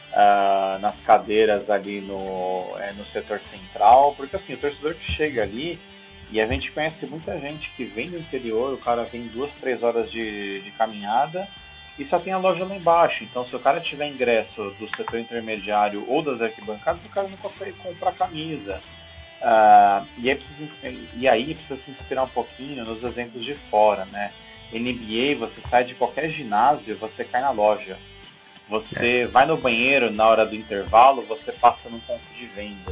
uh, nas cadeiras ali no, é, no setor central, porque assim, o torcedor que chega ali, e a gente conhece muita gente que vem do interior, o cara vem duas, três horas de, de caminhada, e só tem a loja lá embaixo. Então, se o cara tiver ingresso do setor intermediário ou das arquibancadas, o cara não consegue comprar camisa. Uh, e, aí precisa, e aí precisa se inspirar um pouquinho nos exemplos de fora, né? N B A, você sai de qualquer ginásio, você cai na loja. Você é. vai no banheiro na hora do intervalo, você passa num ponto de venda.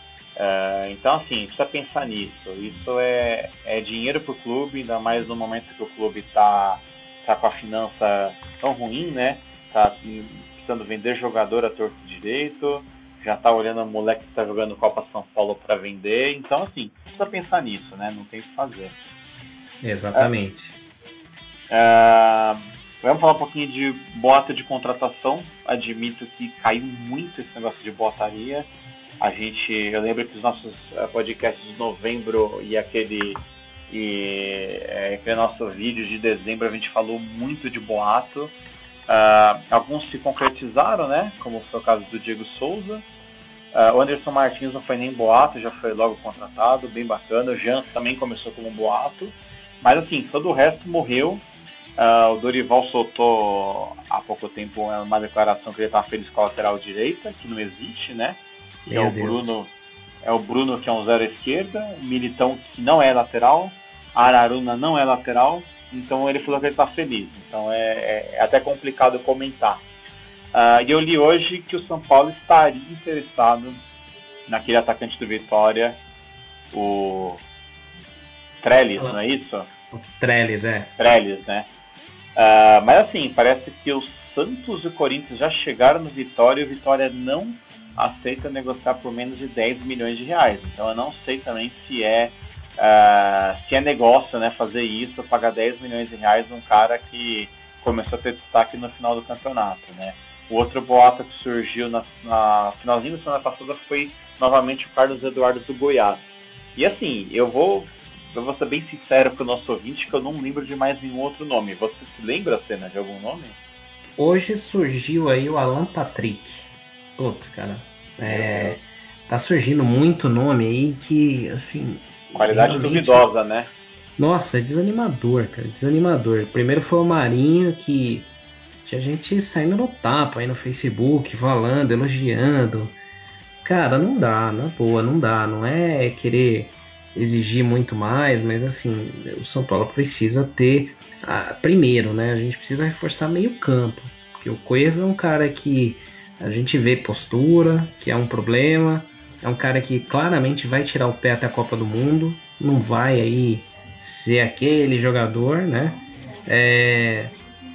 Uh, então, assim, precisa pensar nisso. Isso é, é dinheiro para o clube, ainda mais no momento que o clube está tá com a finança tão ruim, né? Tá precisando vender jogador a torto e direito, já tá olhando o moleque que tá jogando Copa São Paulo para vender. Então, assim, precisa pensar nisso, né? Não tem o que fazer. Exatamente. Uh, vamos falar um pouquinho de bota de contratação. Admito que caiu muito esse negócio de botaria. A gente, eu lembro que os nossos podcasts de novembro e aquele e é, aquele nosso vídeo de dezembro a gente falou muito de boato. Uh, alguns se concretizaram, né? Como foi o caso do Diego Souza. Uh, o Anderson Martins não foi nem boato, já foi logo contratado, bem bacana. O Jean também começou como um boato, mas assim, todo o resto morreu. Uh, o Dorival soltou há pouco tempo uma declaração que ele estava feliz com a lateral direita, que não existe, né? Que é o Bruno, é o Bruno que é um zero à esquerda, o Militão que não é lateral, a Araruna não é lateral, então ele falou que ele está feliz. Então é, é até complicado comentar. Uh, e eu li hoje que o São Paulo estaria interessado naquele atacante do Vitória, o Trellis, não é isso? O Trellis, é. Trellis, né? Uh, mas assim, parece que o Santos e o Corinthians já chegaram no Vitória e o Vitória não aceita negociar por menos de dez milhões de reais. Então eu não sei também se é, uh, se é negócio, né, fazer isso, pagar dez milhões de reais num cara que começou a ter destaque no final do campeonato, né? O outro boato que surgiu na, na finalzinho da semana passada foi novamente o Carlos Eduardo do Goiás. E assim, eu vou, eu vou ser bem sincero com o nosso ouvinte que eu não lembro de mais nenhum outro nome. Você se lembra, Cena, de algum nome? Hoje surgiu aí o Alan Patrick. Putz, cara, é, tá surgindo muito nome aí que, assim... Qualidade duvidosa, né? Nossa, é desanimador, cara, desanimador. Primeiro foi o Marinho, que tinha gente saindo no tapa aí no Facebook, falando, elogiando. Cara, não dá, na boa, não dá. Não é querer exigir muito mais, mas assim, o São Paulo precisa ter, ah, primeiro, né, a gente precisa reforçar meio campo, porque o Cueva é um cara que a gente vê postura, que é um problema, é um cara que claramente vai tirar o pé até a Copa do Mundo, não vai aí ser aquele jogador, né, é,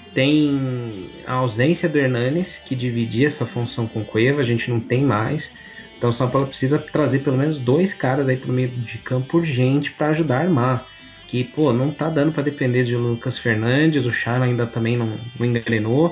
tem a ausência do Hernanes, que dividia essa função com o Cueva, a gente não tem mais. Então o São Paulo precisa trazer pelo menos dois caras aí pro meio de campo urgente para ajudar a armar. Que, pô, não tá dando para depender de Lucas Fernandes, o Charla ainda também não, não engrenou.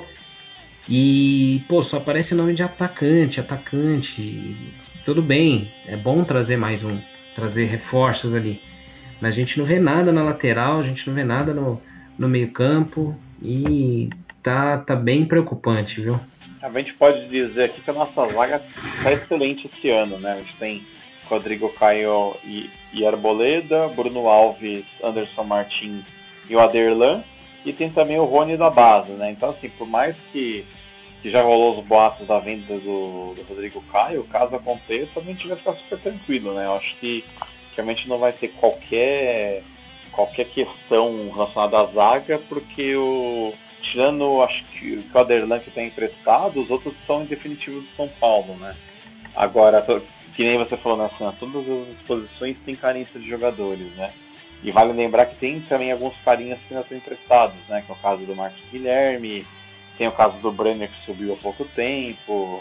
E, pô, só aparece o nome de atacante, atacante. Tudo bem, é bom trazer mais um, trazer reforços ali. Mas a gente não vê nada na lateral, a gente não vê nada no, no meio campo. E tá, tá bem preocupante, viu? A gente pode dizer aqui que a nossa zaga está excelente esse ano, né? A gente tem Rodrigo Caio e, e Arboleda, Bruno Alves, Anderson Martins e o Aderlan, e tem também o Rony da base, né? Então, assim, por mais que, que já rolou os boatos da venda do, do Rodrigo Caio, caso aconteça, a gente vai ficar super tranquilo, né? Eu acho que, que a gente não vai ter qualquer, qualquer questão relacionada à zaga, porque o tirando, acho que o Aderlan que está emprestado, os outros são em definitivo do São Paulo, né? Agora, que nem você falou, né, assim, todas as posições têm carência de jogadores, né? E vale lembrar que tem também alguns carinhas que ainda estão emprestados, né? Que é o caso do Marcos Guilherme, tem o caso do Brenner que subiu há pouco tempo.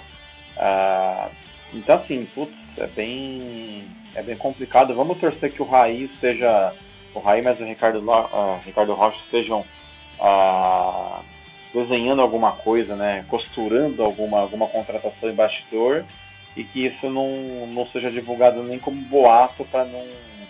Ah, então, assim, putz, é bem, é bem complicado. Vamos torcer que o Raí seja, o Raí mais o Ricardo, uh, Ricardo Rocha sejam Ah, desenhando alguma coisa, né, costurando alguma, alguma contratação em bastidor, e que isso não, não seja divulgado nem como boato para não,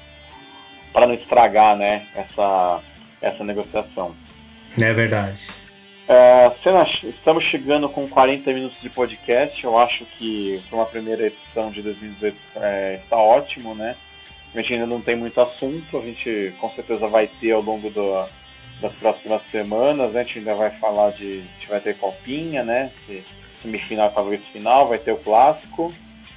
para não estragar, né, essa, essa negociação. É verdade. É, Senna, estamos chegando com quarenta minutos de podcast. Eu acho que para uma primeira edição de dois mil e dezoito é, está ótimo, né? A gente ainda não tem muito assunto, a gente com certeza vai ter ao longo do das próximas semanas, né? A gente ainda vai falar de. A gente vai ter copinha, né? Semifinal, talvez final, vai ter o clássico.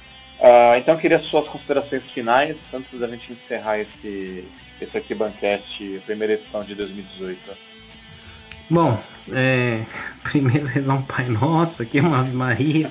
Uh, então eu queria suas considerações finais antes da gente encerrar esse, esse aqui Bancast, primeira edição de dois mil e dezoito. Bom, é, primeiro rezar um Pai Nosso aqui, uma Ave Maria.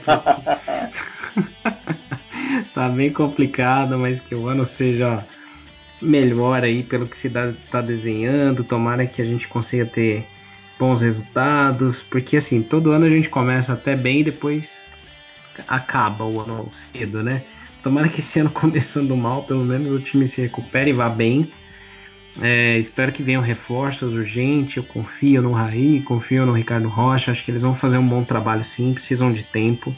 Tá bem complicado, mas que o ano seja melhor aí pelo que se está desenhando. Tomara que a gente consiga ter bons resultados, porque assim, todo ano a gente começa até bem e depois acaba o ano cedo, né? Tomara que esse ano, começando mal, pelo menos o time se recupere e vá bem. É, espero que venham reforços urgentes. Eu confio no Raí, confio no Ricardo Rocha. Acho que eles vão fazer um bom trabalho, sim. Precisam de tempo.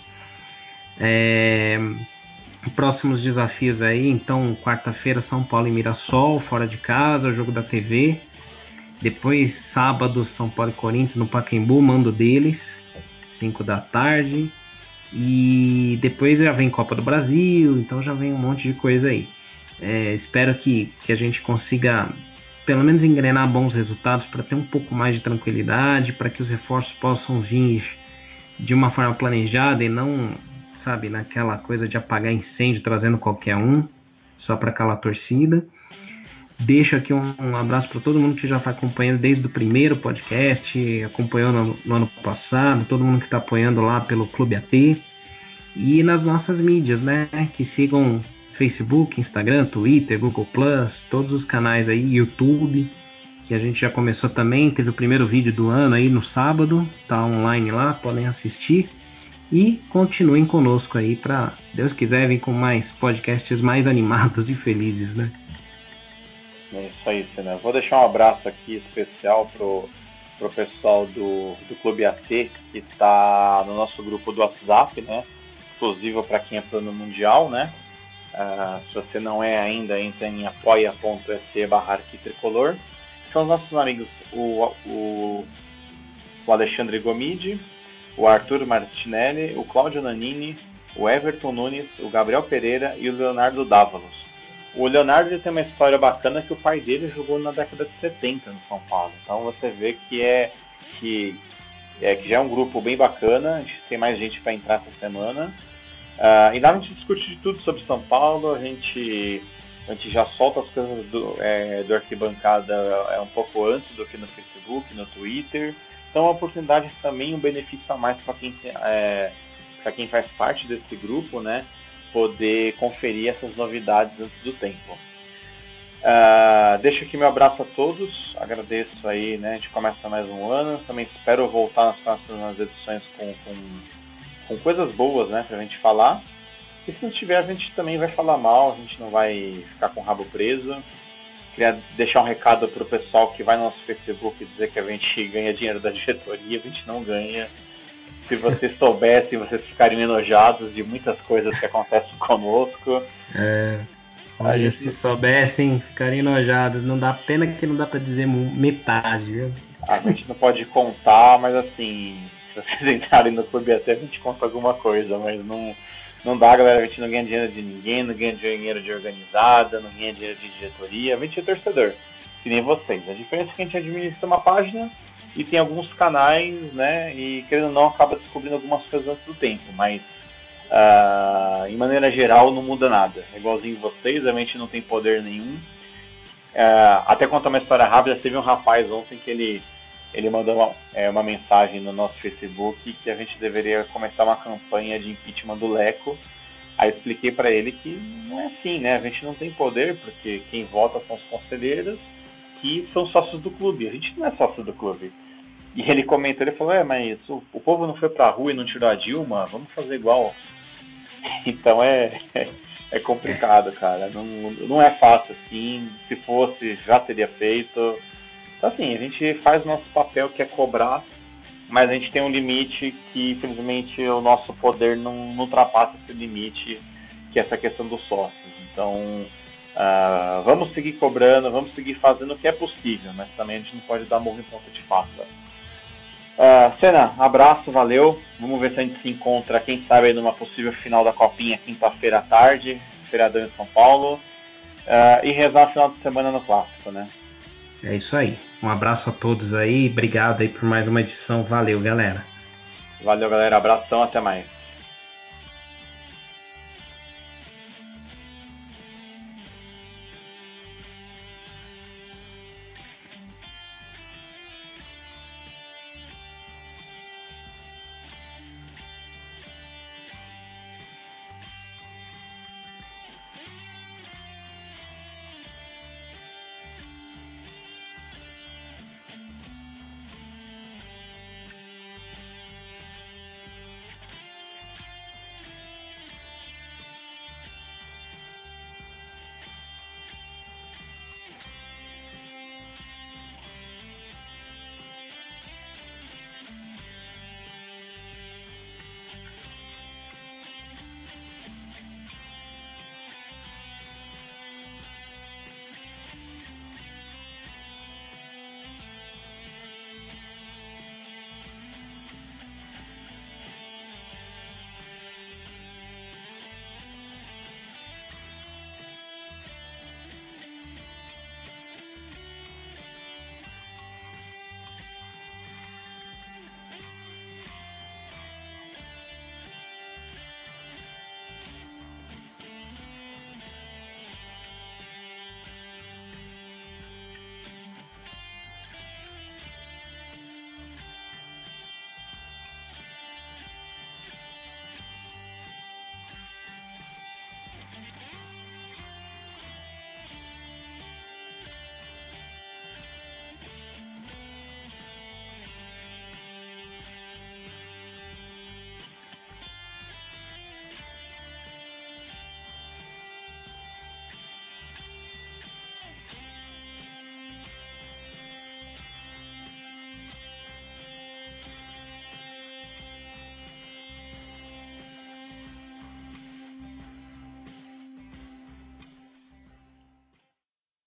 É, próximos desafios aí, então, quarta-feira, São Paulo e Mirassol, fora de casa, o jogo da T V. Depois, sábado, São Paulo e Corinthians no Pacaembu, mando deles, cinco da tarde. E depois já vem Copa do Brasil, então já vem um monte de coisa aí. É, espero que, que a gente consiga pelo menos engrenar bons resultados para ter um pouco mais de tranquilidade, para que os reforços possam vir de uma forma planejada e não, sabe, naquela coisa de apagar incêndio trazendo qualquer um, só para calar a torcida. Deixo aqui um, um abraço para todo mundo que já está acompanhando desde o primeiro podcast, acompanhou no, no ano passado, todo mundo que está apoiando lá pelo Clube A T e nas nossas mídias, né? Que sigam Facebook, Instagram, Twitter, Google Plus, todos os canais aí, YouTube, que a gente já começou também, teve o primeiro vídeo do ano aí no sábado, tá online lá, podem assistir. E continuem conosco aí para, Deus quiser, vir com mais podcasts mais animados e felizes, né? É isso aí, Senna. Vou deixar um abraço aqui especial pro, pro pessoal do, do Clube A T, que está no nosso grupo do WhatsApp, né? Exclusivo para quem é plano mundial, né? Uh, se você não é ainda, entra em apoia.se barra arquitricolor. São os nossos amigos, o, o, o Alexandre Gomide, o Arthur Martinelli, o Cláudio Nanini, o Everton Nunes, o Gabriel Pereira e o Leonardo Dávalos. O Leonardo ele tem uma história bacana que o pai dele jogou na década de setenta no São Paulo. Então você vê que é que, é, que já é um grupo bem bacana. A gente tem mais gente para entrar essa semana. Uh, e lá a gente discute de tudo sobre São Paulo. A gente A gente já solta as coisas do, é, do Arquibancada é, um pouco antes do que no Facebook, no Twitter. Então é uma oportunidade também, um benefício a mais para quem, é, para quem faz parte desse grupo, né? Poder conferir essas novidades antes do tempo. Uh, deixo aqui meu abraço a todos, agradeço aí, né? A gente começa mais um ano, também espero voltar nas próximas edições com, com, com coisas boas, né? Pra gente falar. E se não tiver, a gente também vai falar mal, a gente não vai ficar com o rabo preso. Queria deixar um recado pro pessoal que vai no nosso Facebook dizer que a gente ganha dinheiro da diretoria, a gente não ganha. Se vocês soubessem, vocês ficariam enojados de muitas coisas que acontecem conosco. É, olha, gente... se soubessem, ficariam enojados. Não dá pena que não dá pra dizer metade, viu? A gente não pode contar, mas assim, se vocês entrarem no Clube até a gente conta alguma coisa, mas não, não dá, galera. A gente não ganha dinheiro de ninguém, não ganha dinheiro de organizada, não ganha dinheiro de diretoria. A gente é torcedor, que nem vocês. A diferença é que a gente administra uma página e tem alguns canais, né? E querendo ou não, acaba descobrindo algumas coisas antes do tempo, mas uh, em maneira geral não muda nada. É igualzinho vocês, a gente não tem poder nenhum. Uh, até contar uma história rápida, teve um rapaz ontem que ele, ele mandou uma, é, uma mensagem no nosso Facebook que a gente deveria começar uma campanha de impeachment do Leco. Aí expliquei para ele que não é assim, né? A gente não tem poder porque quem vota são os conselheiros que são sócios do clube. A gente não é sócio do clube. E ele comentou, ele falou, é, mas o, o povo não foi pra rua e não tirou a Dilma, vamos fazer igual. Então é, é, é complicado, cara. Não, não é fácil assim. Se fosse, já teria feito. Então assim, a gente faz o nosso papel, que é cobrar, mas a gente tem um limite que, infelizmente, o nosso poder não, não ultrapassa esse limite, que é essa questão dos sócios. Então... Uh, vamos seguir cobrando, vamos seguir fazendo o que é possível, mas também a gente não pode dar morro em ponta de faca. Uh, Senna, abraço, valeu. Vamos ver se a gente se encontra, quem sabe, aí numa possível final da Copinha, quinta-feira à tarde, feriadão em São Paulo, uh, e rezar o final de semana no Clássico, né? É isso aí. Um abraço a todos aí, obrigado aí por mais uma edição. Valeu, galera. Valeu, galera. Abração, até mais.